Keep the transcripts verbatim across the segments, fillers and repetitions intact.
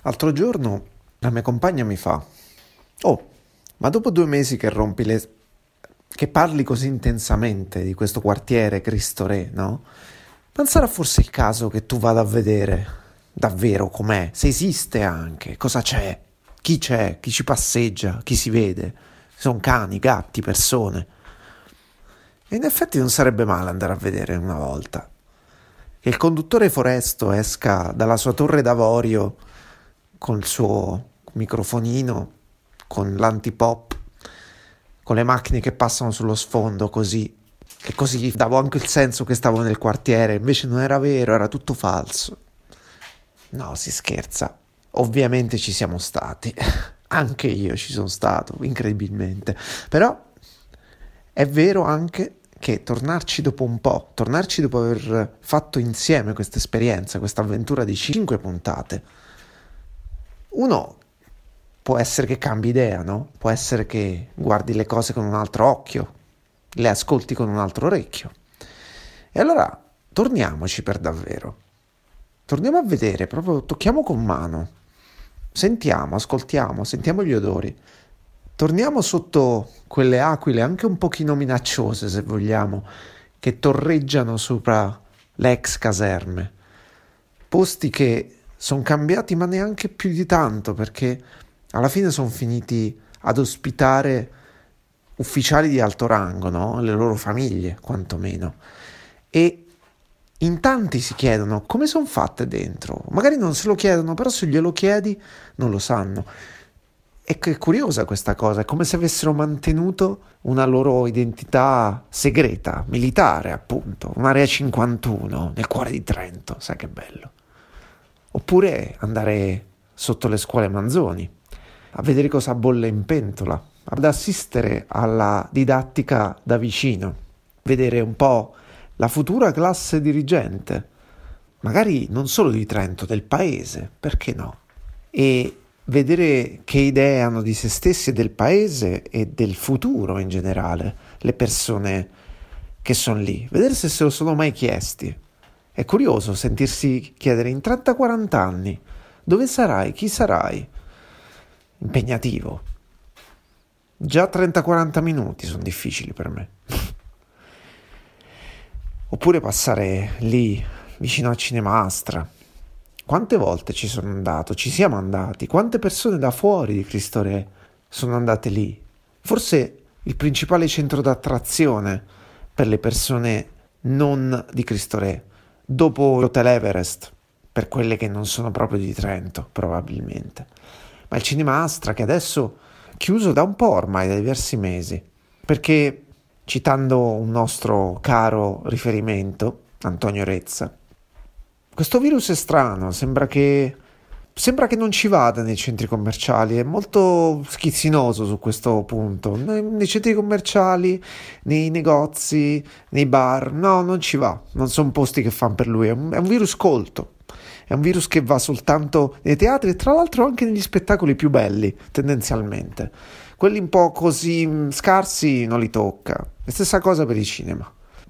L'altro giorno la mia compagna mi fa: Oh, ma dopo due mesi che rompi le... che parli così intensamente di questo quartiere Cristo Re, no? Non sarà forse il caso che tu vada a vedere davvero com'è, se esiste anche, cosa c'è, chi c'è, chi ci passeggia, chi si vede, sono cani, gatti, persone. E in effetti non sarebbe male andare a vedere una volta. Che il conduttore foresto esca dalla sua torre d'avorio col suo microfonino, con l'antipop, con le macchine che passano sullo sfondo, così. E così davo anche il senso che stavo nel quartiere, invece non era vero, era tutto falso. No, si scherza. Ovviamente ci siamo stati. Anche io ci sono stato, incredibilmente. Però è vero anche che tornarci dopo un po', tornarci dopo aver fatto insieme questa esperienza, questa avventura di cinque puntate, uno può essere che cambi idea, no? Può essere che guardi le cose con un altro occhio, le ascolti con un altro orecchio. E allora torniamoci per davvero. Torniamo a vedere, proprio tocchiamo con mano. Sentiamo, ascoltiamo, sentiamo gli odori. Torniamo sotto quelle aquile anche un pochino minacciose, se vogliamo, che torreggiano sopra le ex caserme. Posti che sono cambiati ma neanche più di tanto, perché alla fine sono finiti ad ospitare ufficiali di alto rango, no? Le loro famiglie, quantomeno. E in tanti si chiedono come sono fatte dentro. Magari non se lo chiedono, però se glielo chiedi non lo sanno. E che è curiosa questa cosa, è come se avessero mantenuto una loro identità segreta, militare appunto, un'area cinquantuno nel cuore di Trento, sai che bello. Oppure andare sotto le scuole Manzoni, a vedere cosa bolle in pentola, ad assistere alla didattica da vicino, vedere un po' la futura classe dirigente, magari non solo di Trento, del paese, perché no? E vedere che idee hanno di se stessi e del paese e del futuro in generale, le persone che sono lì, vedere se se lo sono mai chiesti. È curioso sentirsi chiedere in trenta quaranta anni dove sarai, chi sarai? Impegnativo. Già trenta quaranta minuti sono difficili per me. Oppure passare lì vicino a Cinemastra. Quante volte ci sono andato, ci siamo andati, quante persone da fuori di Cristo Re sono andate lì. Forse il principale centro d'attrazione per le persone non di Cristo Re, dopo l'Hotel Everest, per quelle che non sono proprio di Trento, probabilmente. Ma il Cinemastra, che adesso è chiuso da un po' ormai, da diversi mesi, perché, citando un nostro caro riferimento, Antonio Rezza, questo virus è strano, sembra che sembra che non ci vada nei centri commerciali, è molto schizzinoso su questo punto. Nei, nei centri commerciali, nei negozi, nei bar, no, non ci va, non sono posti che fanno per lui, è un, è un virus colto, è un virus che va soltanto nei teatri e tra l'altro anche negli spettacoli più belli, tendenzialmente. Quelli un po' così scarsi non li tocca, è stessa cosa per il cinema.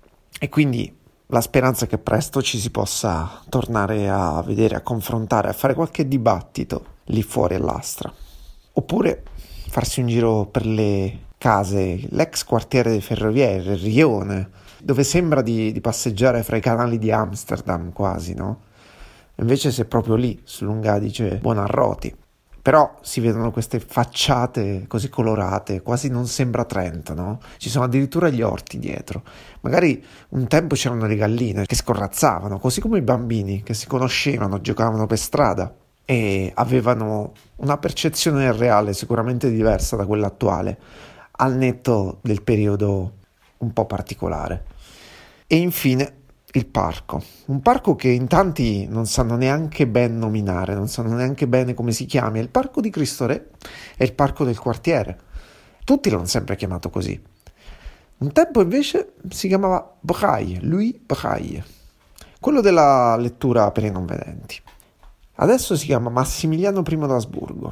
E quindi la speranza è che presto ci si possa tornare a vedere, a confrontare, a fare qualche dibattito lì fuori all'Astra. Oppure farsi un giro per le case, l'ex quartiere dei ferrovieri, il Rione, dove sembra di, di passeggiare fra i canali di Amsterdam quasi, no? Invece sei proprio lì, sull'Ungadice Buonarroti. Però si vedono queste facciate così colorate, quasi non sembra Trento, no? Ci sono addirittura gli orti dietro. Magari un tempo c'erano le galline che scorrazzavano, così come i bambini che si conoscevano, giocavano per strada e avevano una percezione del reale sicuramente diversa da quella attuale, al netto del periodo un po' particolare. E infine il parco, un parco che in tanti non sanno neanche ben nominare, non sanno neanche bene come si chiami. Il parco di Cristo Re è il parco del quartiere. Tutti l'hanno sempre chiamato così. Un tempo invece si chiamava Braille, Louis Braille, quello della lettura per i non vedenti. Adesso si chiama Massimiliano I d'Asburgo.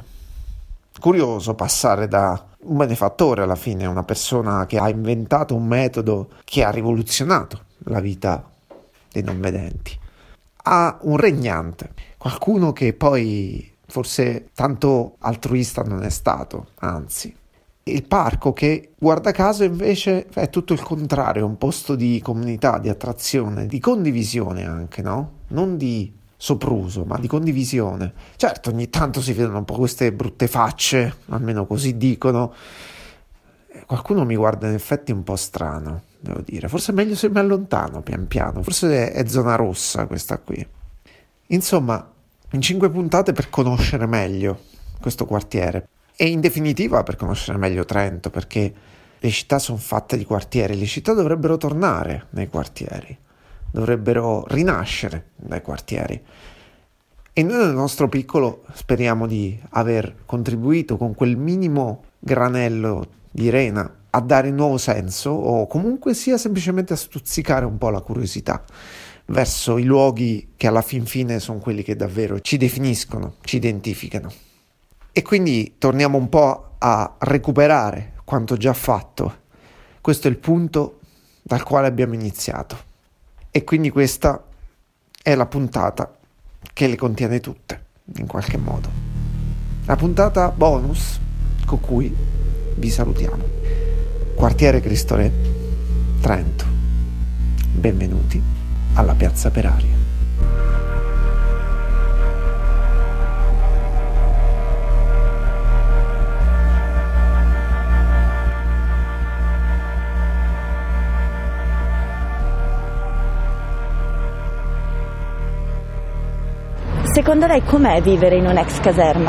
Curioso passare da un benefattore alla fine, una persona che ha inventato un metodo che ha rivoluzionato la vita dei non vedenti, a un regnante, qualcuno che poi forse tanto altruista non è stato, anzi. Il parco che, guarda caso, invece è tutto il contrario, un posto di comunità, di attrazione, di condivisione anche, no? Non di sopruso, ma di condivisione. Certo, ogni tanto si vedono un po' queste brutte facce, almeno così dicono. Qualcuno mi guarda in effetti un po' strano, devo dire. Forse è meglio se mi allontano pian piano, forse è zona rossa questa qui. Insomma, in cinque puntate per conoscere meglio questo quartiere. E in definitiva per conoscere meglio Trento, perché le città sono fatte di quartieri, le città dovrebbero tornare nei quartieri, dovrebbero rinascere dai quartieri. E noi nel nostro piccolo speriamo di aver contribuito con quel minimo granello di rena a dare nuovo senso, o comunque sia semplicemente a stuzzicare un po' la curiosità verso i luoghi che alla fin fine sono quelli che davvero ci definiscono, ci identificano. E quindi torniamo un po' a recuperare quanto già fatto. Questo è il punto dal quale abbiamo iniziato. E quindi questa è la puntata che le contiene tutte, in qualche modo. La puntata bonus con cui vi salutiamo. Quartiere Cristo Re, Trento. Benvenuti alla Piazza per Aria. Secondo lei com'è vivere in un'ex caserma?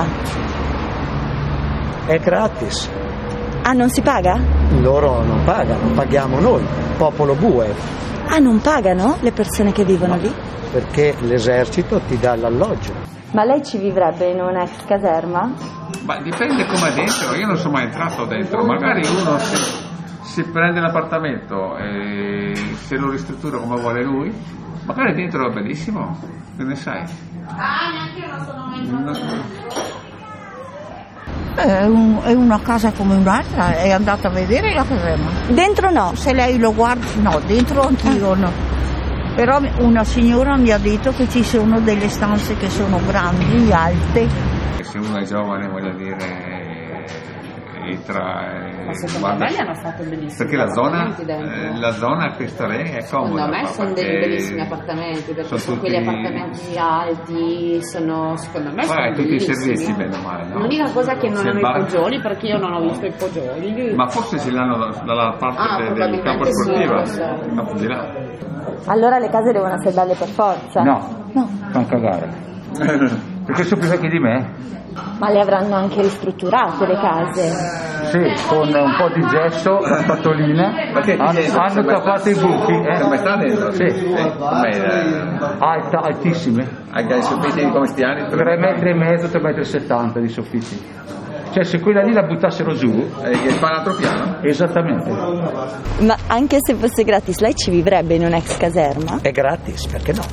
È gratis. Ah, non si paga? Loro non pagano, paghiamo noi, popolo bue. Ah, non pagano le persone che vivono No, lì? perché l'esercito ti dà l'alloggio. Ma lei ci vivrebbe in un'ex caserma? Ma dipende come dentro, io non sono mai entrato dentro, magari uno si, si prende l'appartamento e se lo ristruttura come vuole lui, magari dentro è bellissimo, che ne sai? Ah, neanche io non sono mai entrata. È, un, è una casa come un'altra, è andata a vedere la caserma. Dentro no. Se lei lo guarda, no, dentro anch'io no. Però una signora mi ha detto che ci sono delle stanze che sono grandi, alte. Se uno è giovane, voglio dire, entra e Ma secondo guarda, me li hanno fatto bellissimi. perché la zona, appartamenti dentro. eh, la zona Cristo Re è comoda. Secondo me sono dei perché bellissimi appartamenti, perché sono sono, tutti- quegli appartamenti alti, sono secondo me Poi sono hai tutti i bellissimi. servizi, bene o male, no? L'unica cosa è che non C'è hanno il bar- i poggioli, perché io non ho visto i poggioli. Ma forse ce l'hanno da- dalla parte Ah, de- del probabilmente campo sì, sportivo, non so. no, di là. Allora le case devono essere belle per forza? No, No. fan cagare. Perché sono più vecchi di me? Ma le avranno anche ristrutturate le case? Sì, con un po' di gesso, la spatolina, hanno, hanno tappato i buchi. Eh? Come sta dentro? Sì. Com'è, eh, Alta, altissime, anche ai soffitti come stiani? tre metri e mezzo, tre metri e settanta di soffitti. Cioè se quella lì la buttassero giù, Eh, che fa un altro piano? esattamente, Ma anche se fosse gratis, lei ci vivrebbe in un'ex caserma? È gratis, perché no?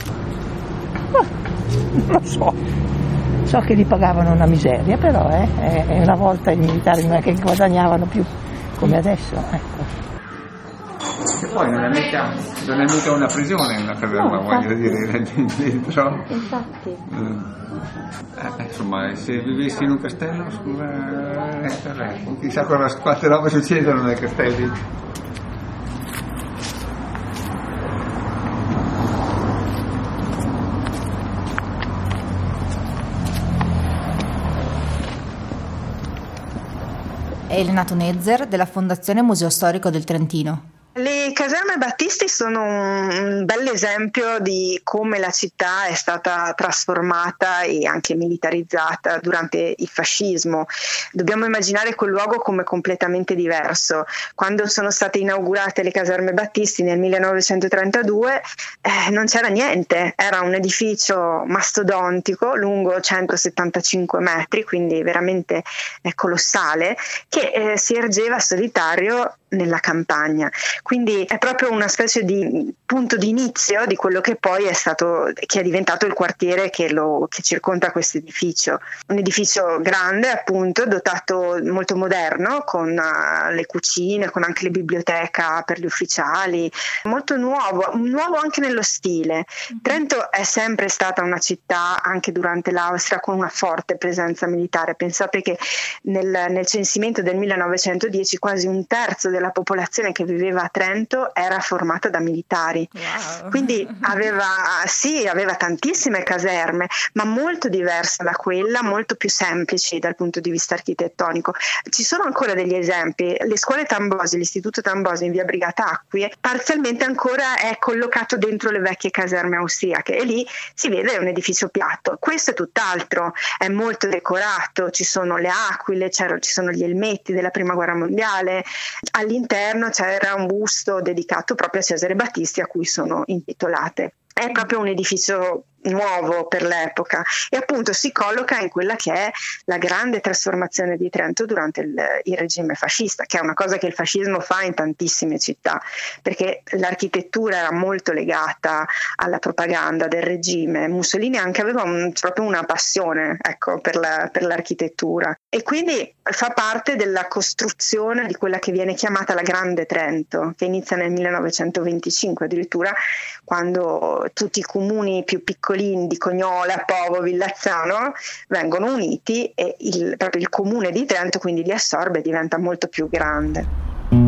Non lo so. So che li pagavano una miseria, però eh, eh, una volta i militari non è che guadagnavano più come adesso. Ecco. E poi non è mica, non è mica una prigione una caserma, No, voglio infatti. dire, dentro. Infatti. Eh, insomma, se vivessi in un castello, scusa, eh, chissà cosa, quante robe succedono nei castelli. Elena Tunezzer della Fondazione Museo Storico del Trentino. Le caserme Battisti sono un bel esempio di come la città è stata trasformata e anche militarizzata durante il fascismo. Dobbiamo immaginare quel luogo come completamente diverso. Quando sono state inaugurate le caserme Battisti nel millenovecentotrentadue eh, non c'era niente, era un edificio mastodontico lungo centosettantacinque metri, quindi veramente eh, colossale, che eh, si ergeva solitario nella campagna. Quindi è proprio una specie di punto di inizio di quello che poi è stato, che è diventato il quartiere che, lo, che circonda questo edificio. Un edificio grande, appunto, dotato, molto moderno, con uh, le cucine, con anche le biblioteca per gli ufficiali, molto nuovo, nuovo anche nello stile. Trento è sempre stata una città, anche durante l'Austria, con una forte presenza militare. Pensate che nel, nel censimento del millenovecentodieci quasi un terzo della popolazione che viveva a Trento era formata da militari. Wow. Quindi aveva, sì, aveva tantissime caserme, ma molto diverse da quella, molto più semplici dal punto di vista architettonico. Ci sono ancora degli esempi. Le scuole Tambosi, l'istituto Tambosi in via Brigata Acqui, parzialmente ancora è collocato dentro le vecchie caserme austriache, e lì si vede un edificio piatto. Questo è tutt'altro, è molto decorato, ci sono le aquile, ci sono gli elmetti della prima guerra mondiale, all'interno c'era un busto dedicato proprio a Cesare Battisti a cui sono intitolate. È proprio un edificio nuovo per l'epoca e appunto si colloca in quella che è la grande trasformazione di Trento durante il, il regime fascista, che è una cosa che il fascismo fa in tantissime città, perché l'architettura era molto legata alla propaganda del regime. Mussolini anche aveva un, proprio una passione, ecco, per, la, per l'architettura, e quindi fa parte della costruzione di quella che viene chiamata la Grande Trento, che inizia nel millenovecentoventicinque, addirittura, quando tutti i comuni più piccoli di Cognola, Povo, Villazzano vengono uniti e il, proprio il comune di Trento quindi li assorbe e diventa molto più grande.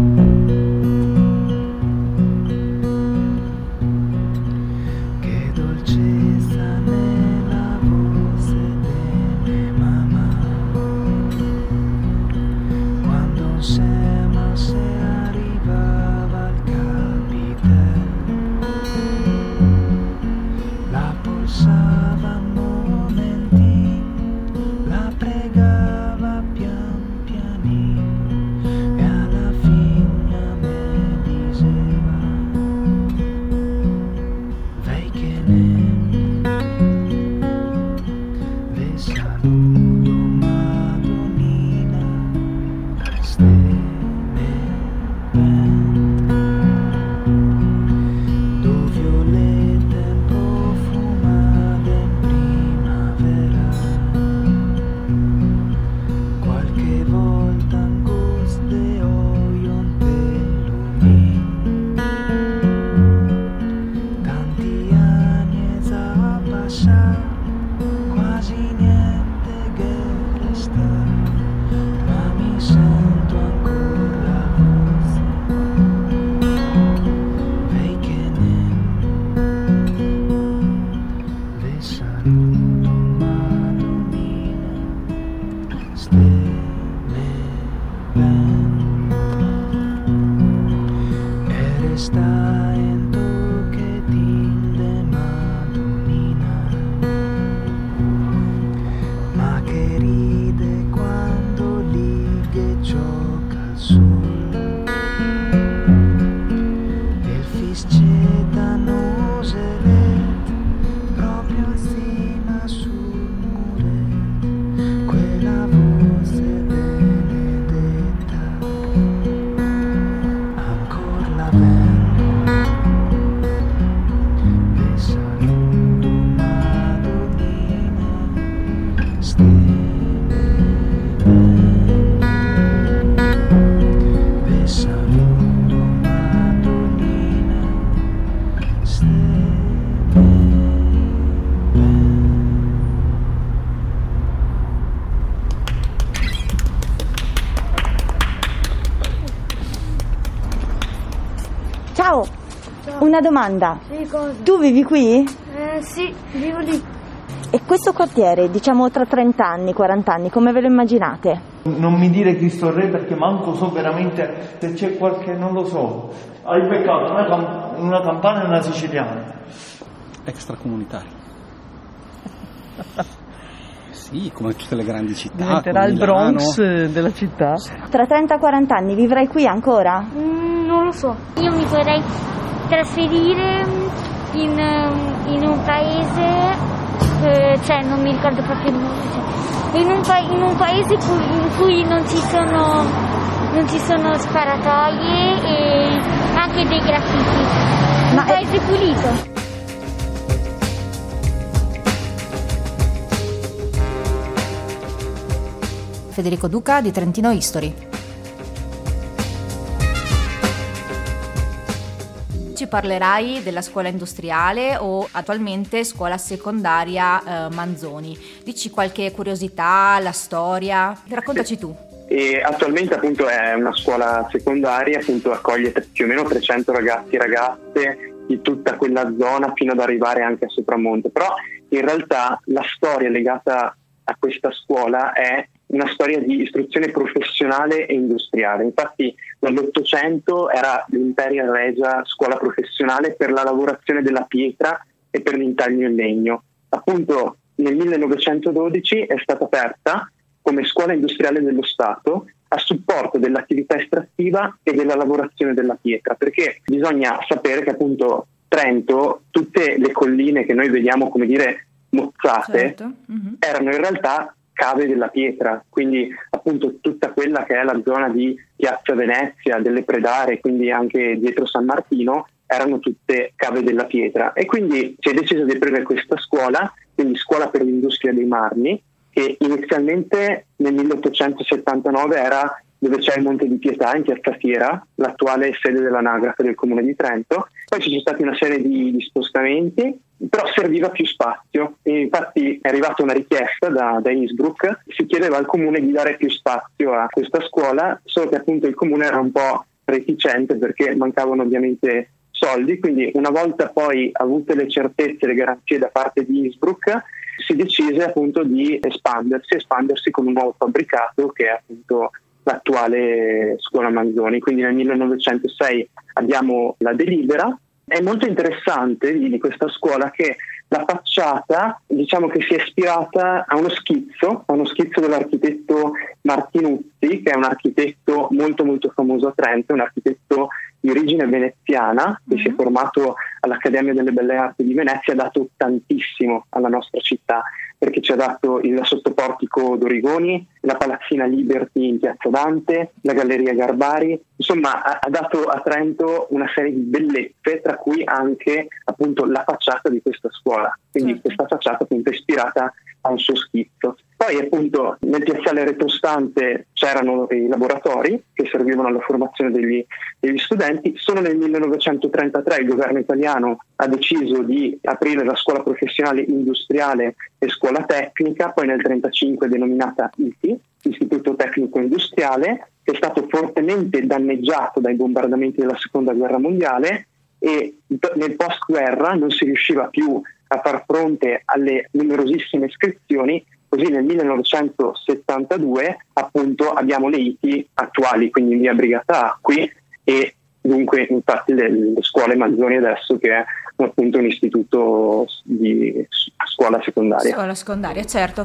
Ciao. Ciao. Una domanda. Sì, cosa? Tu vivi qui? Eh sì, vivo lì. E questo quartiere, diciamo tra trenta anni, quaranta anni, come ve lo immaginate? Non mi dire Cristo Re perché manco so veramente se c'è qualche, non lo so. Hai beccato una, cam- una campana e una siciliana. Extracomunitario. Sì, come tutte le grandi città. Diventerà il Bronx della città. Tra trenta quaranta anni vivrai qui ancora? Mm, non lo so. Io mi vorrei trasferire in, in un paese eh, cioè non mi ricordo proprio il nome, cioè, in, un pa- in un paese cui, in cui non ci sono non ci sono sparatoie e anche dei graffiti. Un Ma paese è... pulito. Federico Duca di Trentino History. Ci parlerai della scuola industriale o attualmente scuola secondaria eh, Manzoni. Dici qualche curiosità, la storia, raccontaci tu. E attualmente appunto è una scuola secondaria, appunto accoglie più o meno trecento ragazzi e ragazze di tutta quella zona fino ad arrivare anche a Sopramonte, però in realtà la storia legata a questa scuola è una storia di istruzione professionale e industriale. Infatti dall'Ottocento era l'Imperia Regia scuola professionale per la lavorazione della pietra e per l'intaglio in legno. Appunto nel millenovecentododici è stata aperta come scuola industriale dello Stato a supporto dell'attività estrattiva e della lavorazione della pietra, perché bisogna sapere che appunto Trento, tutte le colline che noi vediamo come dire mozzate, certo. mm-hmm. erano in realtà cave della pietra, quindi appunto tutta quella che è la zona di Piazza Venezia, delle Predare, quindi anche dietro San Martino, erano tutte cave della pietra. E quindi si è deciso di aprire questa scuola, quindi Scuola per l'Industria dei Marmi, che inizialmente nel milleottocentosettantanove era dove c'è il Monte di Pietà in Piazza Fiera, l'attuale sede dell'anagrafe del Comune di Trento. Poi ci sono stati una serie di, di spostamenti, però serviva più spazio. E infatti è arrivata una richiesta da, da Innsbruck, si chiedeva al Comune di dare più spazio a questa scuola, solo che appunto il Comune era un po' reticente perché mancavano ovviamente soldi, quindi una volta poi avute le certezze e le garanzie da parte di Innsbruck, si decise appunto di espandersi, espandersi con un nuovo fabbricato che è appunto l'attuale scuola Manzoni. Quindi nel millenovecentosei abbiamo la delibera. È molto interessante di, di questa scuola che la facciata, diciamo che si è ispirata a uno schizzo, a uno schizzo dell'architetto Martinuzzi, che è un architetto molto molto famoso a Trento, un architetto di origine veneziana, che mm-hmm. si è formato all'Accademia delle Belle Arti di Venezia, ha dato tantissimo alla nostra città, perché ci ha dato il sottoportico d'Origoni, la Palazzina Liberty in Piazza Dante, la Galleria Garbari, insomma ha, ha dato a Trento una serie di bellezze, tra cui anche appunto la facciata di questa scuola, quindi certo. questa facciata appunto è ispirata a un suo schizzo. Poi appunto nel piazzale retrostante c'erano i laboratori che servivano alla formazione degli, degli studenti. Solo nel millenovecentotrentatré il governo italiano ha deciso di aprire la scuola professionale industriale e scuola tecnica, poi nel trentacinque denominata I T I, Istituto Tecnico Industriale, che è stato fortemente danneggiato dai bombardamenti della Seconda Guerra Mondiale, e nel post-guerra non si riusciva più a far fronte alle numerosissime iscrizioni. Così nel millenovecentosettantadue appunto abbiamo le I T I attuali, quindi in via Brigata qui, e dunque infatti le, le scuole Manzoni adesso, che è appunto un istituto di scuola secondaria. Scuola secondaria, certo.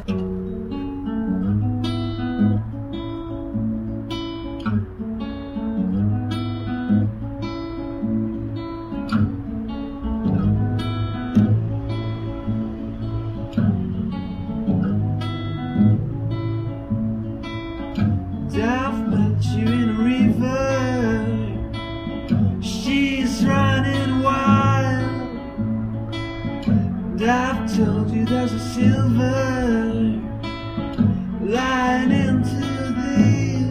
I've told you there's a silver line into this.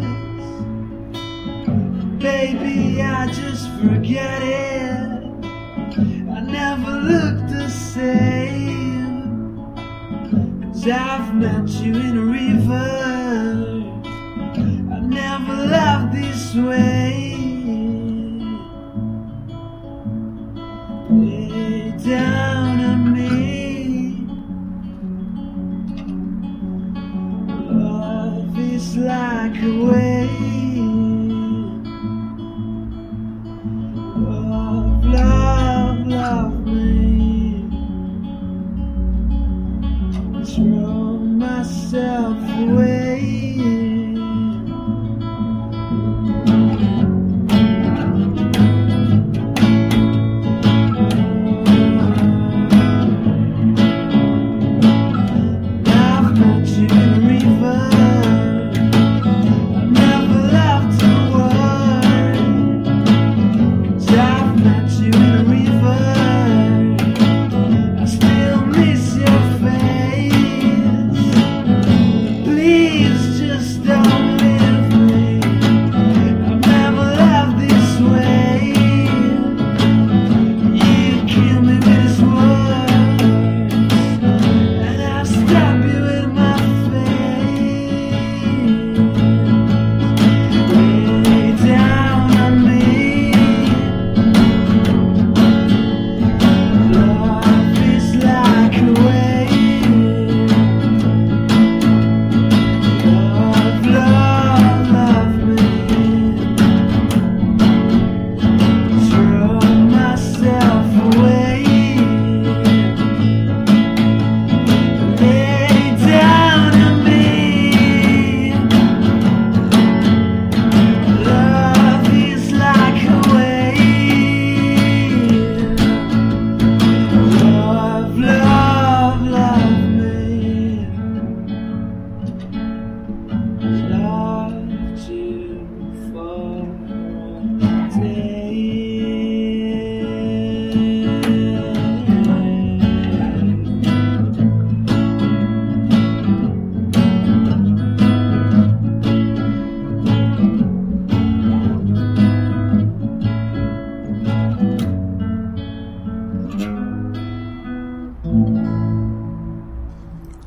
Baby, I just forget it. I never look the same. 'Cause I've met you in a river. I never loved this way. Lay down on me. It's like a wave of love, love me. Throw myself away.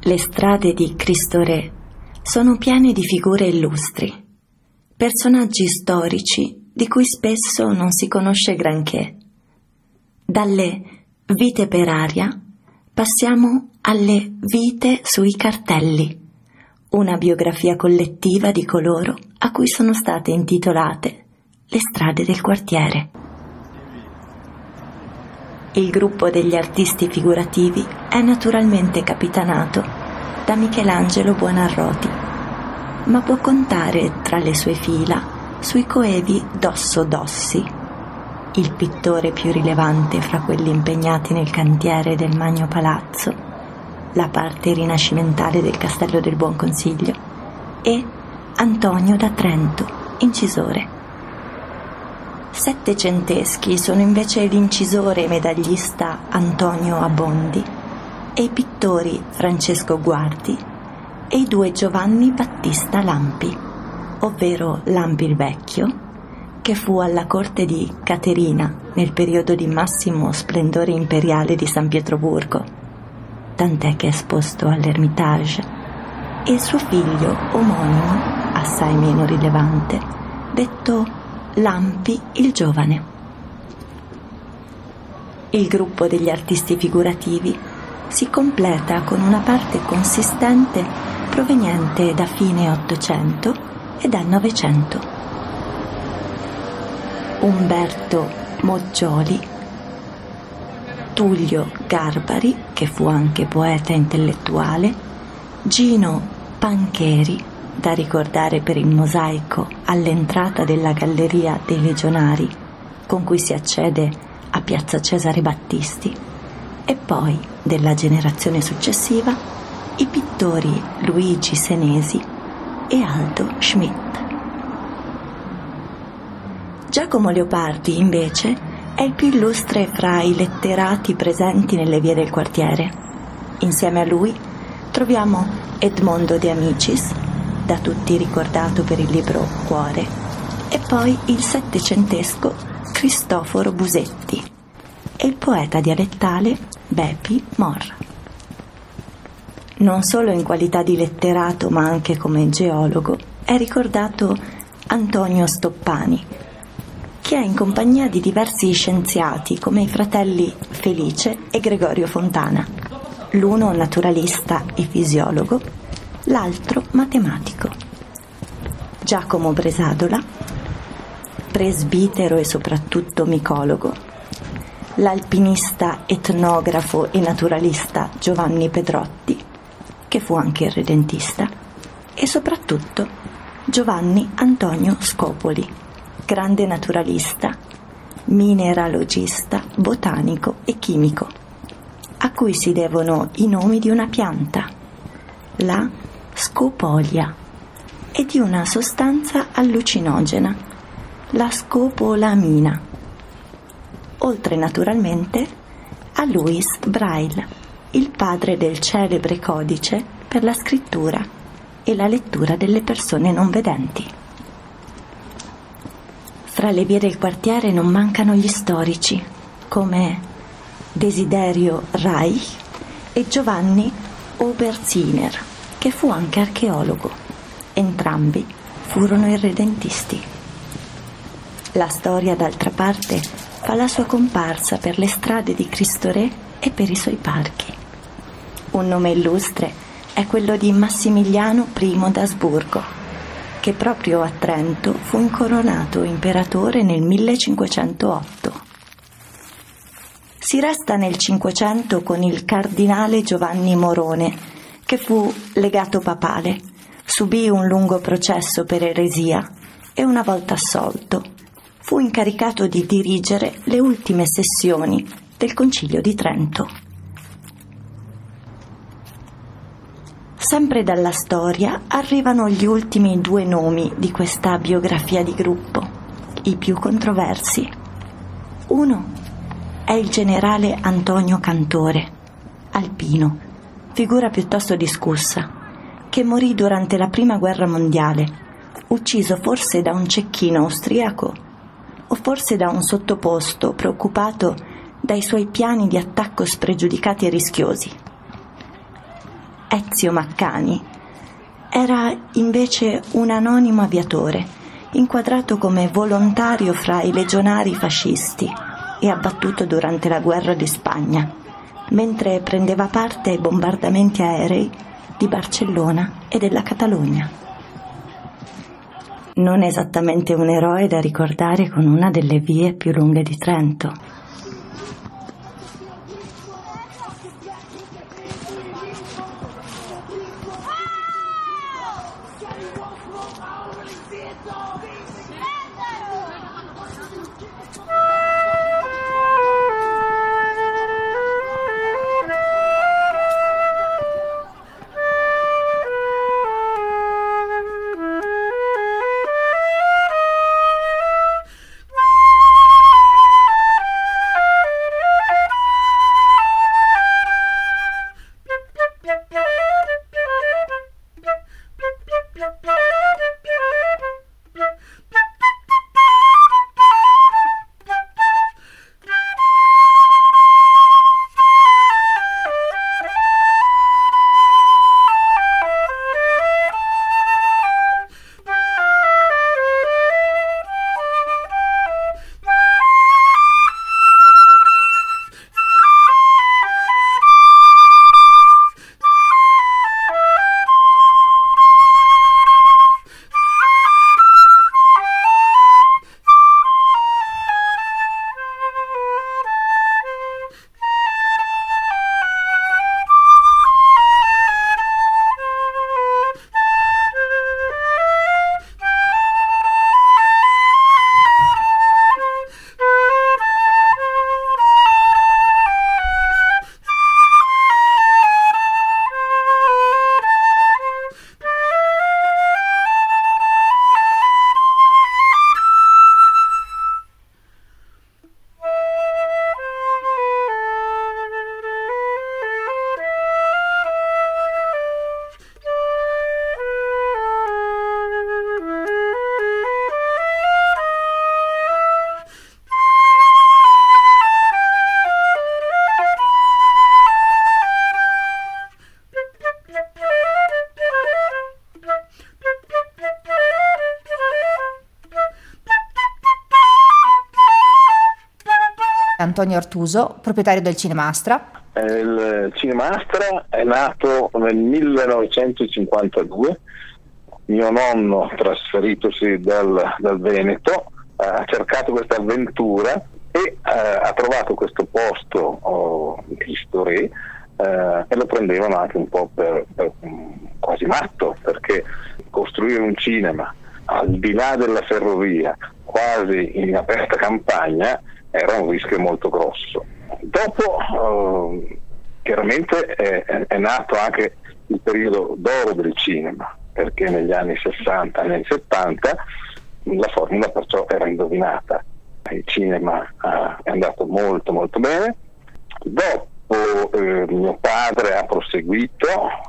Le strade di Cristo Re sono piene di figure illustri, personaggi storici di cui spesso non si conosce granché. Dalle vite per aria passiamo alle vite sui cartelli, una biografia collettiva di coloro a cui sono state intitolate le strade del quartiere. Il gruppo degli artisti figurativi è naturalmente capitanato da Michelangelo Buonarroti, ma può contare tra le sue fila sui coevi Dosso Dossi, il pittore più rilevante fra quelli impegnati nel cantiere del Magno Palazzo, la parte rinascimentale del Castello del Buon Consiglio, e Antonio da Trento, incisore. Settecenteschi sono invece l'incisore e medaglista Antonio Abondi e i pittori Francesco Guardi e i due Giovanni Battista Lampi, ovvero Lampi il Vecchio, che fu alla corte di Caterina nel periodo di massimo splendore imperiale di San Pietroburgo, tant'è che è esposto all'Ermitage, e suo figlio omonimo, assai meno rilevante, detto Lampi il Giovane. Il gruppo degli artisti figurativi si completa con una parte consistente proveniente da fine Ottocento e dal Novecento. Umberto Moggioli, Tullio Garbari, che fu anche poeta intellettuale, Gino Pancheri, da ricordare per il mosaico all'entrata della Galleria dei Legionari, con cui si accede a Piazza Cesare Battisti, e poi, della generazione successiva, i pittori Luigi Senesi e Aldo Schmidt. Giacomo Leopardi, invece, è il più illustre fra i letterati presenti nelle vie del quartiere. Insieme a lui troviamo Edmondo De Amicis, da tutti ricordato per il libro Cuore, e poi il settecentesco Cristoforo Busetti e il poeta dialettale Bepi Morra. Non solo in qualità di letterato ma anche come geologo è ricordato Antonio Stoppani, che è in compagnia di diversi scienziati come i fratelli Felice e Gregorio Fontana, l'uno naturalista e fisiologo, l'altro matematico. Giacomo Bresadola, presbitero e soprattutto micologo, l'alpinista, etnografo e naturalista Giovanni Pedrotti, che fu anche il redentista, e soprattutto Giovanni Antonio Scopoli, grande naturalista, mineralogista, botanico e chimico, a cui si devono i nomi di una pianta, la scopolia, e di una sostanza allucinogena, la scopolamina, oltre naturalmente a Louis Braille, il padre del celebre codice per la scrittura e la lettura delle persone non vedenti. Fra le vie del quartiere non mancano gli storici, come Desiderio Reich e Giovanni Oberziner, che fu anche archeologo. Entrambi furono irredentisti. La storia, d'altra parte, fa la sua comparsa per le strade di Cristo Re e per i suoi parchi. Un nome illustre è quello di Massimiliano I d'Asburgo, che proprio a Trento fu incoronato imperatore nel millecinquecentootto. Si resta nel Cinquecento con il cardinale Giovanni Morone, che fu legato papale, subì un lungo processo per eresia e una volta assolto fu incaricato di dirigere le ultime sessioni del Concilio di Trento. Sempre dalla storia arrivano gli ultimi due nomi di questa biografia di gruppo, i più controversi. Uno è il generale Antonio Cantore, alpino, figura piuttosto discussa, che morì durante la Prima Guerra Mondiale, ucciso forse da un cecchino austriaco o forse da un sottoposto preoccupato dai suoi piani di attacco spregiudicati e rischiosi. Ezio Maccani, era invece un anonimo aviatore, inquadrato come volontario fra i legionari fascisti e abbattuto durante la guerra di Spagna, mentre prendeva parte ai bombardamenti aerei di Barcellona e della Catalogna. Non esattamente un eroe da ricordare con una delle vie più lunghe di Trento. Antonio Artuso, proprietario del Cinemastra. Il Cinemastra è nato nel millenovecentocinquantadue. Mio nonno, trasferitosi dal, dal Veneto, ha cercato questa avventura e eh, ha trovato questo posto oh, Cristo Re eh, e lo prendevano anche un po' per, per quasi matto, perché costruire un cinema al di là della ferrovia, quasi in aperta campagna, era un rischio molto grosso. Dopo eh, chiaramente è, è nato anche il periodo d'oro del cinema, perché negli anni sessanta, negli anni settanta la formula perciò era indovinata. Il cinema eh, è andato molto molto bene. Dopo eh, mio padre ha proseguito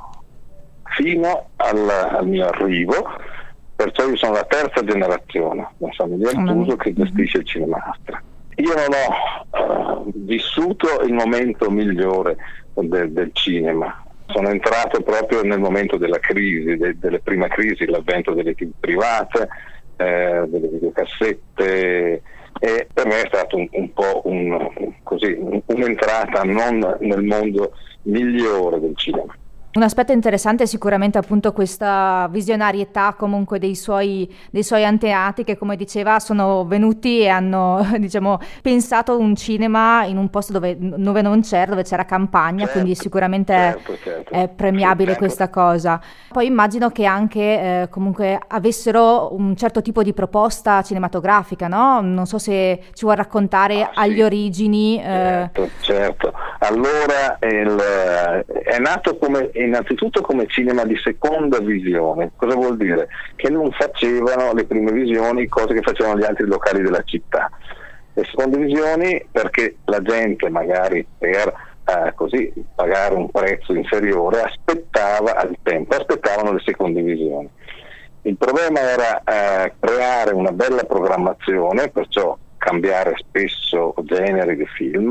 fino al, al mio arrivo, perciò io sono la terza generazione della famiglia Artuso che gestisce il Cinemastra. Io non ho uh, vissuto il momento migliore de- del cinema. Sono entrato proprio nel momento della crisi, de- delle prime crisi, l'avvento delle tivù private, eh, delle videocassette, e per me è stato un, un po' un, così, un'entrata non nel mondo migliore del cinema. Un aspetto interessante è sicuramente appunto questa visionarietà comunque dei suoi, dei suoi antenati, che come diceva sono venuti e hanno diciamo pensato un cinema in un posto dove, dove non c'era, dove c'era campagna, certo, quindi sicuramente certo, certo. è premiabile certo. questa cosa. Poi immagino che anche eh, comunque avessero un certo tipo di proposta cinematografica, no? Non so se ci vuoi raccontare ah, agli sì. origini. Certo, eh... certo. Allora il, è nato come innanzitutto come cinema di seconda visione. Cosa vuol dire? Che non facevano le prime visioni cose che facevano gli altri locali della città. Le seconde visioni perché la gente magari per eh, così pagare un prezzo inferiore aspettava al tempo, aspettavano le seconde visioni. Il problema era eh, creare una bella programmazione, perciò cambiare spesso generi di film,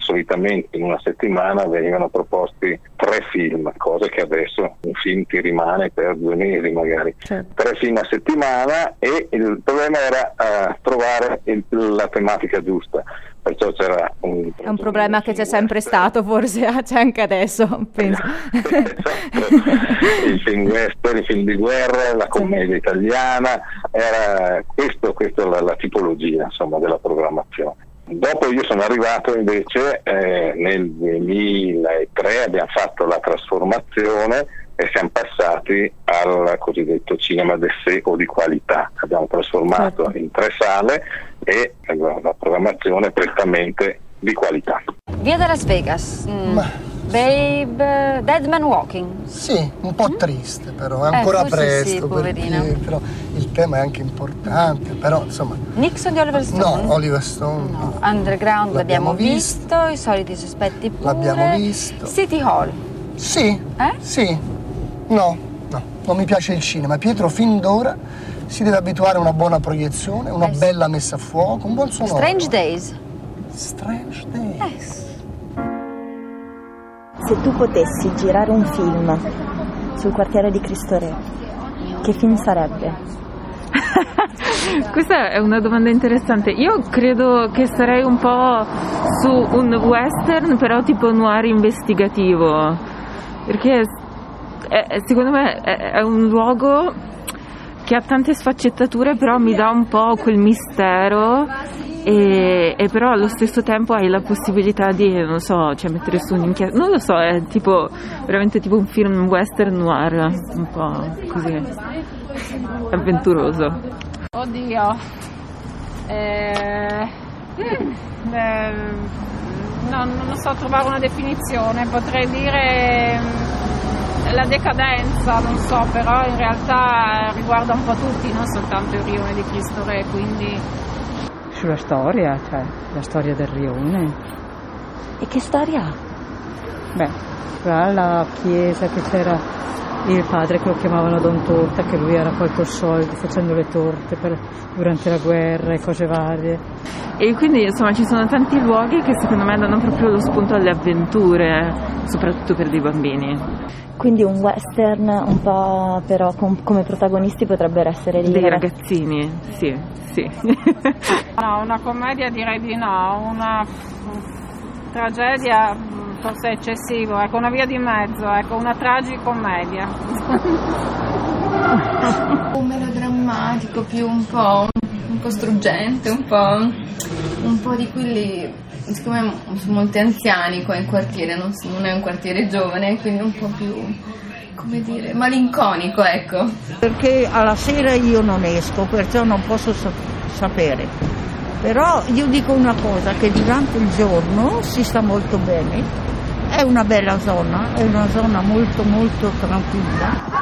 solitamente in una settimana venivano proposti tre film, cosa che adesso un film ti rimane per due mesi magari, certo. Tre film a settimana, e il problema era uh, trovare il, la tematica giusta. Perciò c'era un è un problema che c'è sempre stato, forse c'è anche adesso, penso. Esatto. Il film western, il film di guerra, la commedia italiana, era questo, questa la, la tipologia, insomma, della programmazione. Dopo io sono arrivato invece eh, nel duemilatré, abbiamo fatto la trasformazione e siamo passati al cosiddetto cinema d'essai o di qualità. Abbiamo trasformato in tre sale e la programmazione prettamente di qualità. Via da Las Vegas, mm. Babe, Dead Man Walking. Sì, un po' triste però, è ancora eh, presto, sì, perché, però il tema è anche importante, però insomma... Nixon di Oliver Stone? No, Oliver Stone no. no. Underground l'abbiamo, l'abbiamo visto. visto, I soliti sospetti pure. L'abbiamo visto. City Hall? Sì, eh? sì, no, no, non mi piace il cinema. Pietro fin d'ora si deve abituare a una buona proiezione, una eh, bella messa a fuoco, un buon sonoro. Strange Days? Strange Days? Eh. Se tu potessi girare un film sul quartiere di Cristo Re, che film sarebbe? Questa è una domanda interessante. Io credo che sarei un po' su un western, però tipo noir investigativo, perché è, secondo me è, è un luogo che ha tante sfaccettature, però mi dà un po' quel mistero. E, e però allo stesso tempo hai la possibilità di, non so, cioè mettere su un'inchiesta, non lo so, è tipo veramente tipo un film western noir, un po' così avventuroso. Oddio, eh, eh, no, non lo so trovare una definizione, potrei dire la decadenza, non so, però in realtà riguarda un po' tutti, non soltanto il rione di Cristo Re, quindi... Sulla storia, cioè la storia del rione. E che storia ha? Beh, là la chiesa che c'era il padre che lo chiamavano Don Torta, che lui ha raccolto soldi facendo le torte per, durante la guerra e cose varie. E quindi insomma ci sono tanti luoghi che secondo me danno proprio lo spunto alle avventure, soprattutto per dei bambini. Quindi un western un po' però com- come protagonisti potrebbero essere dei, dei ragazzini, sì, sì. No, una commedia direi di no, una tragedia forse è eccessivo, ecco, una via di mezzo, ecco, una tragicommedia. Un melodrammatico, più un po', un po' struggente, un po', un po' di quelli, siccome sono molti anziani qua in quartiere, non, non è un quartiere giovane, quindi un po' più, come dire, malinconico, ecco. Perché alla sera io non esco, perciò non posso sa- sapere. Però io dico una cosa, che durante il giorno si sta molto bene, è una bella zona, è una zona molto molto tranquilla.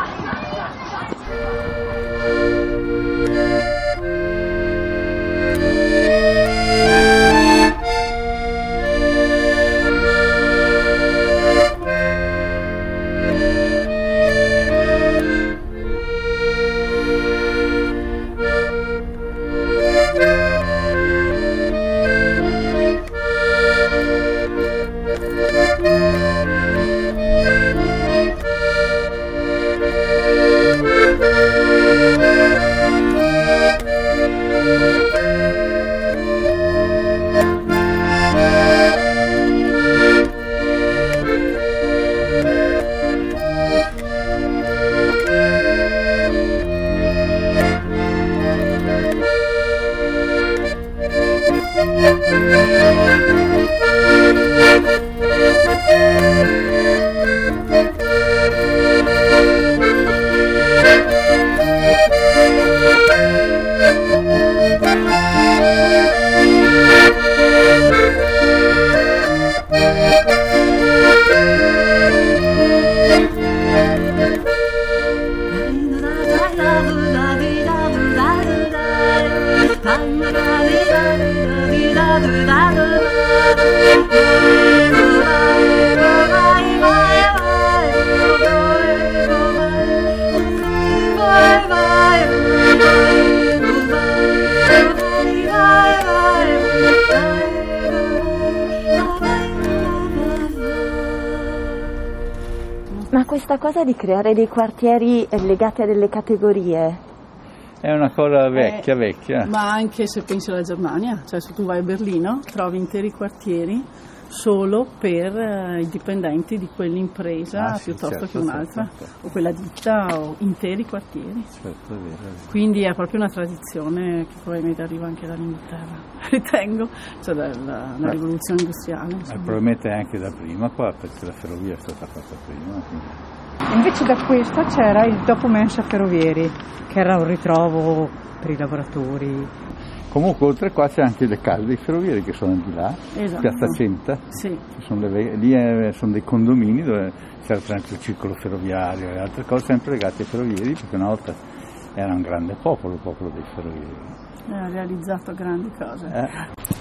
questa cosa di creare dei quartieri legati a delle categorie? È una cosa vecchia, eh, vecchia. Ma anche se pensi alla Germania, cioè se tu vai a Berlino trovi interi quartieri solo per eh, i dipendenti di quell'impresa ah, sì, piuttosto certo, che un'altra, certo, certo. o quella ditta, o interi quartieri. Certo, è vero, è vero. Quindi è proprio una tradizione che probabilmente arriva anche dall'Inghilterra, ritengo, cioè dalla, dalla rivoluzione industriale. Ma probabilmente anche da prima qua, perché la ferrovia è stata fatta prima. Quindi... Invece da questa c'era il dopo mensa ferrovieri, che era un ritrovo per i lavoratori. Comunque oltre qua c'è anche le case dei ferrovieri che sono di là, esatto. Piazza Centa, sì. sono le, lì è, sono dei condomini dove c'era anche il circolo ferroviario e altre cose sempre legate ai ferrovieri, perché una volta era un grande popolo, il popolo dei ferrovieri. Ha realizzato grandi cose. Eh.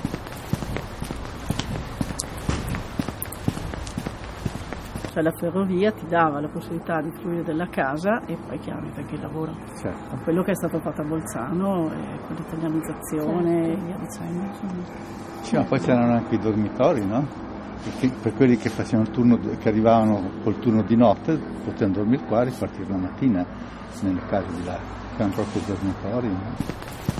Cioè la ferrovia ti dava la possibilità di fruire della casa e poi chiaramente anche il lavoro. Certo. Quello che è stato fatto a Bolzano e con l'italianizzazione certo. e via dicendo. Sì, ma poi c'erano anche i dormitori, no? Perché per quelli che facevano il turno, che arrivavano col turno di notte, potevano dormire qua e ripartire la mattina nelle case di là. C'erano proprio i dormitori, no?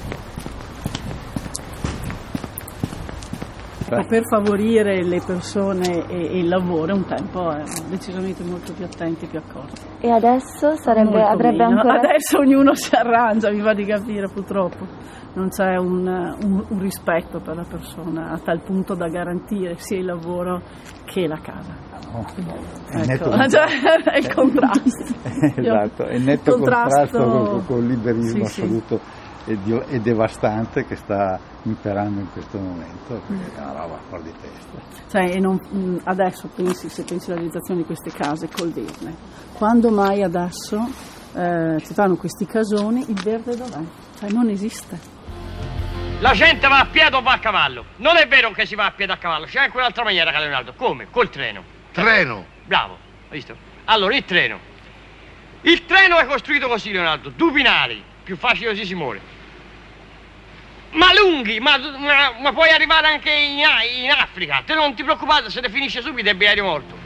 Per favorire le persone e il lavoro un tempo erano decisamente molto più attenti, più accorti. E adesso sarebbe, avrebbe meno. ancora... Adesso ognuno si arrangia, mi va di capire purtroppo. Non c'è un, un, un rispetto per la persona a tal punto da garantire sia il lavoro che la casa. Oh, è ecco, netto cioè, è il contrasto. Esatto, è netto contrasto, contrasto con, con il liberismo sì, assoluto. Sì. E devastante che sta imperando in questo momento, perché è una roba fuori di testa. Cioè, non, adesso pensi, se pensi alla realizzazione di queste case col verde, quando mai adesso eh, ci fanno questi casoni, il verde dov'è? Cioè non esiste. La gente va a piedi o va a cavallo? Non è vero che si va a piedi a cavallo, c'è anche un'altra maniera, caro Leonardo. Come? Col treno. Treno? Bravo, hai visto? Allora, il treno. Il treno è costruito così, Leonardo, due binari, più facile così si muore. Ma lunghi, ma, ma, ma puoi arrivare anche in, in Africa. Te non ti preoccupare, se ne finisce subito e binario morto.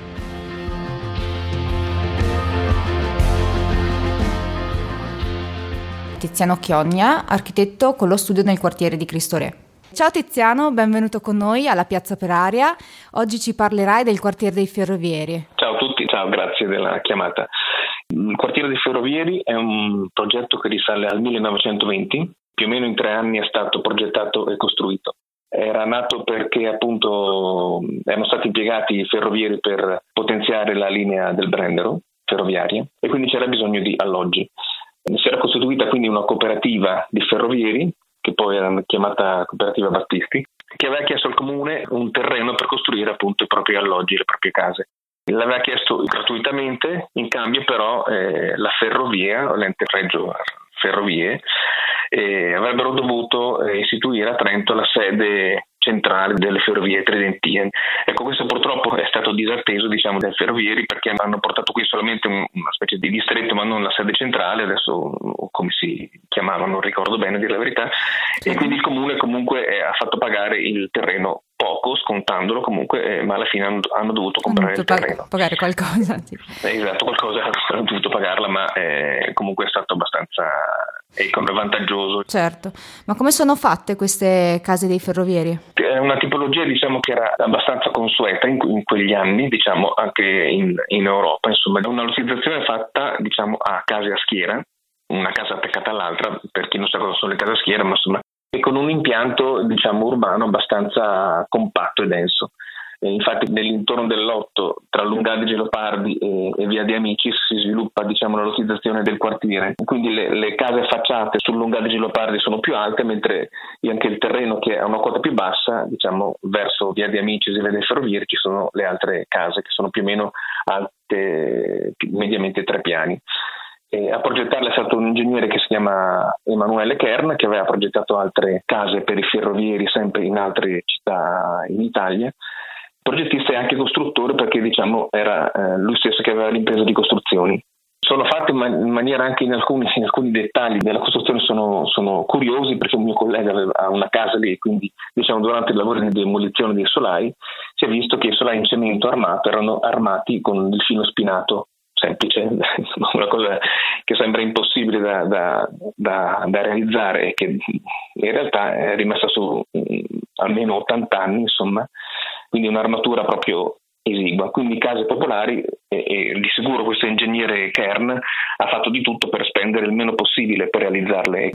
Tiziano Chiogna, architetto con lo studio nel quartiere di Cristo Re. Ciao Tiziano, benvenuto con noi alla Piazza per Aria. Oggi ci parlerai del quartiere dei ferrovieri. Ciao a tutti, ciao, grazie della chiamata. Il quartiere dei ferrovieri è un progetto che risale al millenovecentoventi. Più o meno in tre anni è stato progettato e costruito. Era nato perché appunto erano stati impiegati i ferrovieri per potenziare la linea del Brennero ferroviaria e quindi c'era bisogno di alloggi. Si era costituita quindi una cooperativa di ferrovieri, che poi era chiamata Cooperativa Battisti, che aveva chiesto al comune un terreno per costruire appunto i propri alloggi, le proprie case. L'aveva chiesto gratuitamente, in cambio però eh, la ferrovia, l'ente Reggio Ferrovie, eh, avrebbero dovuto eh, istituire a Trento la sede centrale delle ferrovie tridentine. Ecco, questo purtroppo è stato disatteso, diciamo, dai ferrovieri, perché hanno portato qui solamente un, una specie di distretto, ma non la sede centrale, adesso come si chiamava, non ricordo bene, a dire la verità, sì. E quindi il comune comunque eh, ha fatto pagare il terreno poco, scontandolo comunque, eh, ma alla fine hanno, hanno dovuto comprare hanno dovuto il terreno. Pagare qualcosa. Sì. Eh, esatto, qualcosa hanno dovuto pagarla, ma eh, comunque è stato abbastanza economico, vantaggioso. Certo, ma come sono fatte queste case dei ferrovieri? È una tipologia, diciamo, che era abbastanza consueta in, in quegli anni, diciamo, anche in, in Europa, insomma, una lotizzazione fatta, diciamo, a case a schiera, una casa attaccata all'altra, per chi non sa cosa sono le case a schiera, ma insomma, e con un impianto, diciamo, urbano abbastanza compatto e denso. E infatti nell'intorno del lotto tra Lungadige Leopardi e, e Via de Amicis si sviluppa, diciamo, la lotizzazione del quartiere. Quindi le, le case affacciate sul Lungadige Leopardi sono più alte, mentre anche il terreno, che ha una quota più bassa, diciamo, verso Via de Amicis e Via dei Ferrovieri, ci sono le altre case che sono più o meno alte, mediamente tre piani. E a progettarle è stato un ingegnere che si chiama Emanuele Kern, che aveva progettato altre case per i ferrovieri sempre in altre città in Italia. Progettista e anche costruttore, perché, diciamo, era eh, lui stesso che aveva l'impresa di costruzioni. Sono fatti in, man- in maniera anche in alcuni, in alcuni dettagli della costruzione sono, sono curiosi, perché un mio collega aveva una casa lì, quindi, diciamo, durante i lavori di demolizione dei solai si è visto che i solai in cemento armato erano armati con il filo spinato semplice, una cosa che sembra impossibile da, da, da, da realizzare e che in realtà è rimasta su mh, almeno ottanta anni, insomma, quindi un'armatura proprio esigua. Quindi case popolari, e, e di sicuro questo ingegnere Kern ha fatto di tutto per spendere il meno possibile per realizzarle.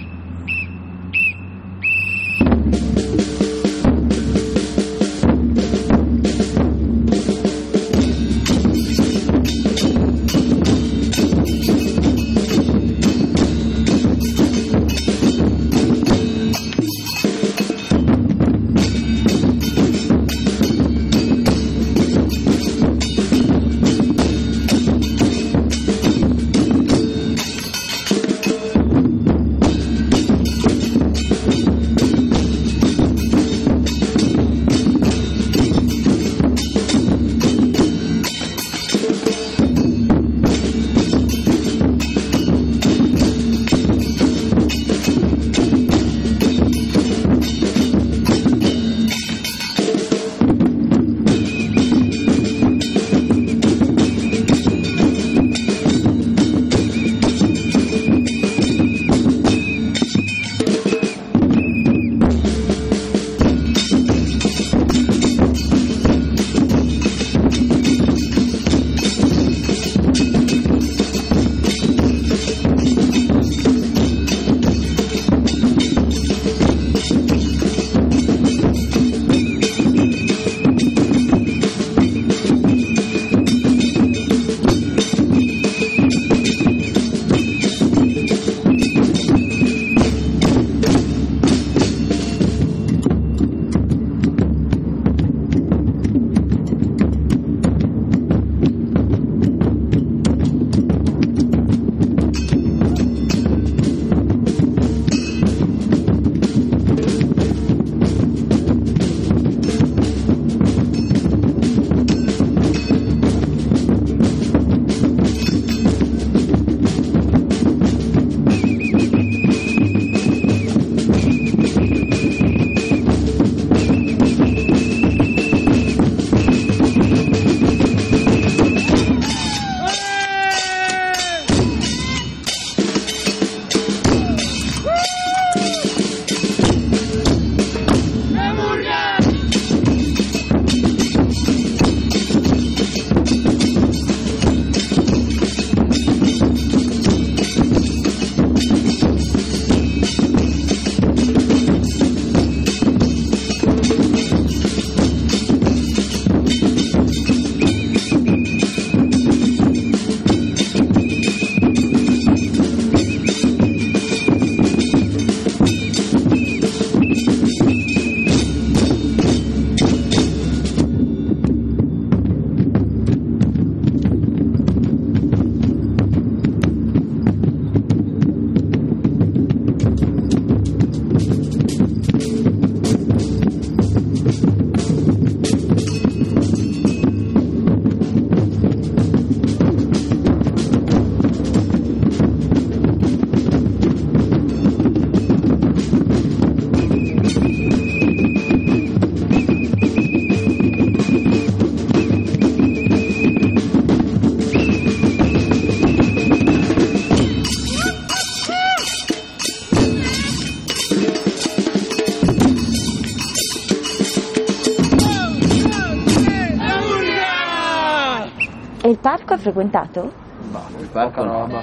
E il parco è frequentato? No, il parco no. No,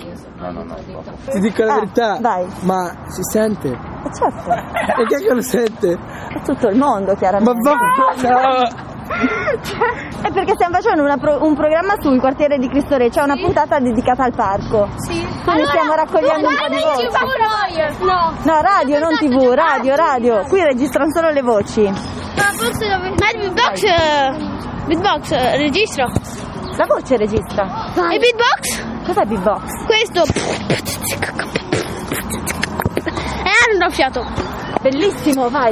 no, no. Ti dico la Ah, verità, vai. ma si sente? Eh, certo. E chi è che lo sente? È tutto il mondo, chiaramente. Ma va... No. È perché stiamo facendo una pro- un programma sul quartiere di Cristo Re, c'è una puntata dedicata al parco. Sì. Quindi Allora, stiamo raccogliendo un po' di guarda in voci. tivù, no. No, radio, non tivù, radio, radio. Qui registrano solo le voci. Ma forse dove... Ma il beatbox... eh, beatbox eh, registra. La voce registra. E il beatbox? Cos'è beatbox? Questo. E hanno un fiato. Bellissimo, vai.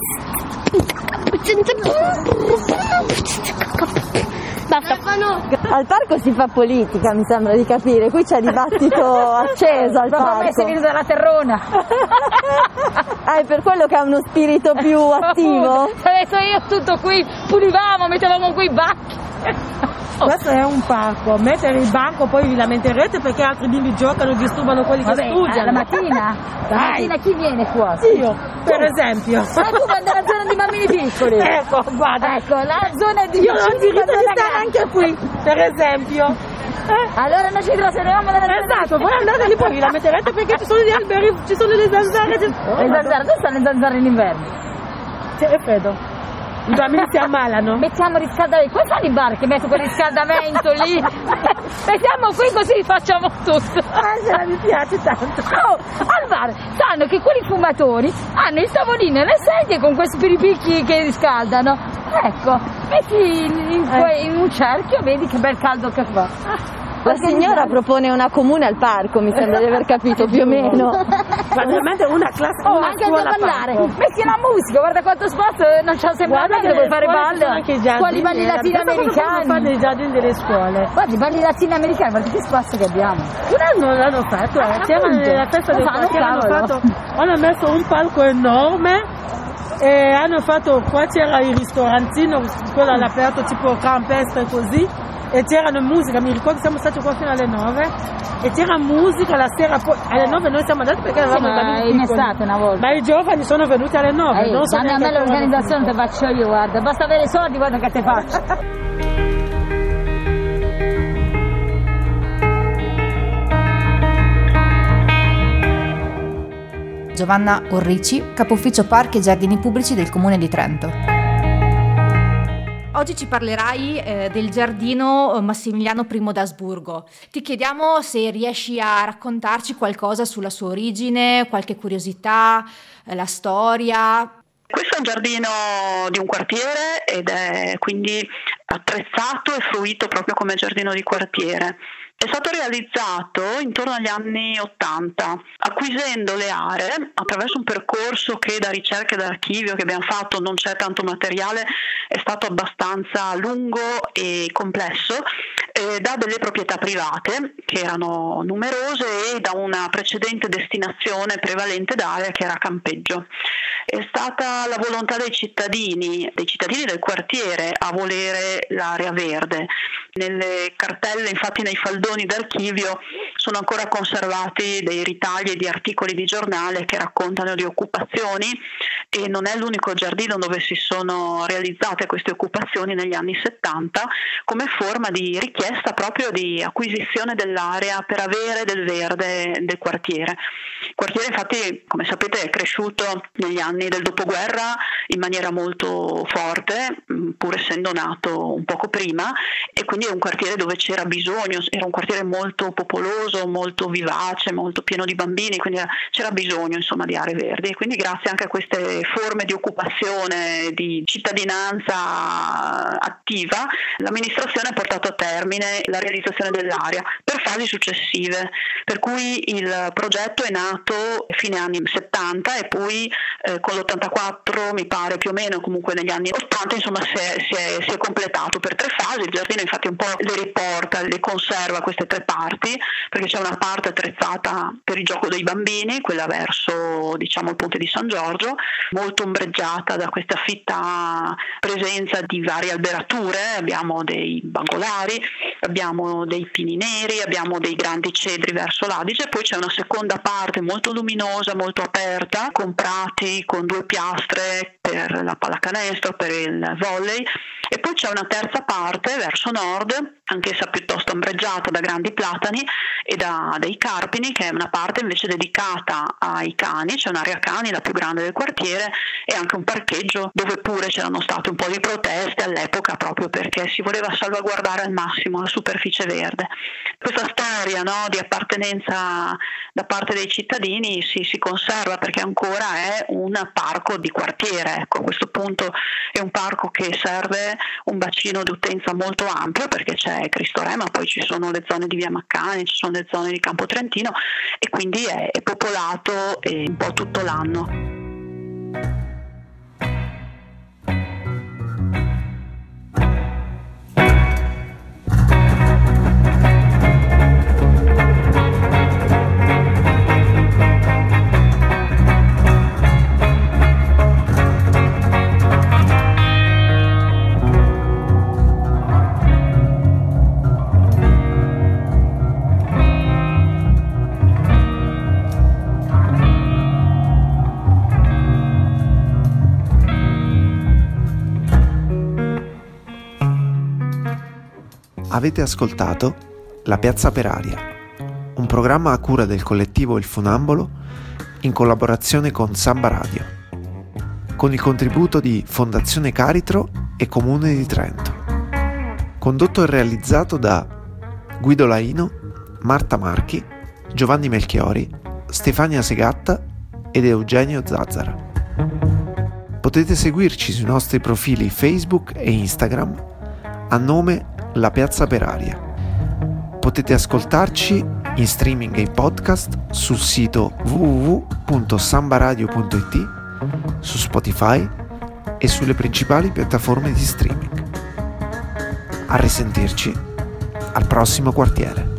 Basta. Al parco si fa politica, mi sembra di capire. Qui c'è dibattito acceso al Proprio parco. a me si viene dalla terrona. Ah, è per quello che ha uno spirito più attivo? Adesso io tutto qui, pulivamo, mettevamo qui i banchi. Questo è un parco, mettere il banco poi vi lamenterete perché altri bimbi giocano, disturbano quelli Vabbè, che studiano. la mattina? La Dai. mattina chi viene qua? Io, per esempio. Ma tu vai nella zona di bambini piccoli? Ecco, guarda. Ecco, la zona di Io ho il diritto di ragazzi. stare anche qui, per esempio. Eh? Allora noi ci trasferiamo nella Esatto, voi andate lì poi vi lamenterete perché ci sono gli alberi, ci sono le zanzare. Le zanzare, dove stanno le zanzare in inverno? Sì, è freddo. I bambini si ammalano. Mettiamo riscaldamento, come fanno i bar che mettono quel riscaldamento lì? Mettiamo qui così facciamo tutto. Ah, se mi piace tanto. Oh, al bar sanno che quelli fumatori hanno il tavolino e le sedie con questi piripicchi che riscaldano. Ecco, metti in, in, Eh. in un cerchio, vedi che bel caldo che fa. La signora propone una comune al parco, mi sembra di aver capito più o meno. Praticamente una classe, Oh, una anche a scuola ballare, parco. metti la musica, guarda quanto spazio, non c'ha sempre Guarda niente, che puoi nelle fare scuole ci ballo. sono anche i giardini, Quali balli eh. latinoamericani? Fanno i giardini delle scuole. Guarda, i balli latinoamericani, guarda che spazio che abbiamo. Un anno l'hanno fatto, eh. C'era Appunto. nella festa Lo del fanno, quartiere, hanno cavolo. fatto, hanno messo un palco enorme e hanno fatto, qua c'era il ristorantino, quello all'aperto tipo campestre così, e c'erano musica, mi ricordo siamo stati qua fino alle nove e c'era musica la sera, poi alle nove noi siamo andati perché avevamo i ma bambini in piccoli. estate una volta. Ma i giovani sono venuti alle nove, Ehi, non so dammi a neanche me a che ora l'organizzazione hanno te faccio io, guarda, basta avere i soldi, guarda che te faccio. Giovanna Orrici, capo ufficio parchi e giardini pubblici del Comune di Trento. Oggi ci parlerai eh, del giardino Massimiliano I d'Asburgo. Ti chiediamo se riesci a raccontarci qualcosa sulla sua origine, qualche curiosità, eh, la storia. Questo è un giardino di un quartiere ed è quindi attrezzato e fruito proprio come giardino di quartiere. È stato realizzato intorno agli anni ottanta, acquisendo le aree attraverso un percorso che da ricerca e da archivio che abbiamo fatto, non c'è tanto materiale, è stato abbastanza lungo e complesso, eh, da delle proprietà private che erano numerose e da una precedente destinazione prevalente d'area che era campeggio. È stata la volontà dei cittadini, dei cittadini del quartiere a volere l'area verde. Nelle cartelle, infatti nei faldoni d'archivio, sono ancora conservati dei ritagli di articoli di giornale che raccontano di occupazioni e non è l'unico giardino dove si sono realizzate queste occupazioni negli anni settanta come forma di richiesta proprio di acquisizione dell'area per avere del verde del quartiere. Il quartiere infatti, come sapete, è cresciuto negli anni del dopoguerra in maniera molto forte, pur essendo nato un poco prima, e quindi è un quartiere dove c'era bisogno, era un quartiere molto popoloso, molto vivace, molto pieno di bambini, quindi c'era bisogno insomma di aree verdi e quindi grazie anche a queste forme di occupazione, di cittadinanza attiva, l'amministrazione ha portato a termine la realizzazione dell'area per fasi successive, per cui il progetto è nato fine anni settanta e poi eh, con l'ottantaquattro mi pare più o meno, comunque negli anni ottanta insomma si è, si è, si è completato per tre fasi. Il giardino infatti un po' le riporta, le conserva queste tre parti, perché c'è una parte attrezzata per il gioco dei bambini, quella verso diciamo il ponte di San Giorgio, molto ombreggiata da questa fitta presenza di varie alberature, abbiamo dei bangolari, abbiamo dei pini neri, abbiamo dei grandi cedri verso l'Adige, poi c'è una seconda parte molto luminosa, molto aperta, con prati, con due piastre per la pallacanestro, per il volley, e poi c'è una terza parte verso nord, anch'essa piuttosto ombreggiata da grandi platani e da dei carpini, che è una parte invece dedicata ai cani, c'è un'area cani, la più grande del quartiere, e anche un parcheggio dove pure c'erano state un po' di proteste all'epoca proprio perché si voleva salvaguardare al massimo la superficie verde. Questa storia, no, di appartenenza da parte dei cittadini si, si conserva perché ancora è un parco di quartiere, ecco, a questo punto è un parco che serve un bacino di utenza molto ampio perché c'è Cristo Re, ma poi ci sono le zone di Via Maccani, ci sono le zone di Campo Trentino e quindi è, è popolato eh, un po' tutto l'anno. Avete ascoltato La Piazza per Aria, un programma a cura del collettivo Il Funambolo in collaborazione con Samba Radio, con il contributo di Fondazione Caritro e Comune di Trento. Condotto e realizzato da Guido Laino, Marta Marchi, Giovanni Melchiori, Stefania Segatta ed Eugenio Zazzara. Potete seguirci sui nostri profili Facebook e Instagram a nome La Piazza per Aria. Potete ascoltarci in streaming e in podcast sul sito w w w punto sambaradio punto i t, su Spotify e sulle principali piattaforme di streaming. A risentirci al prossimo quartiere.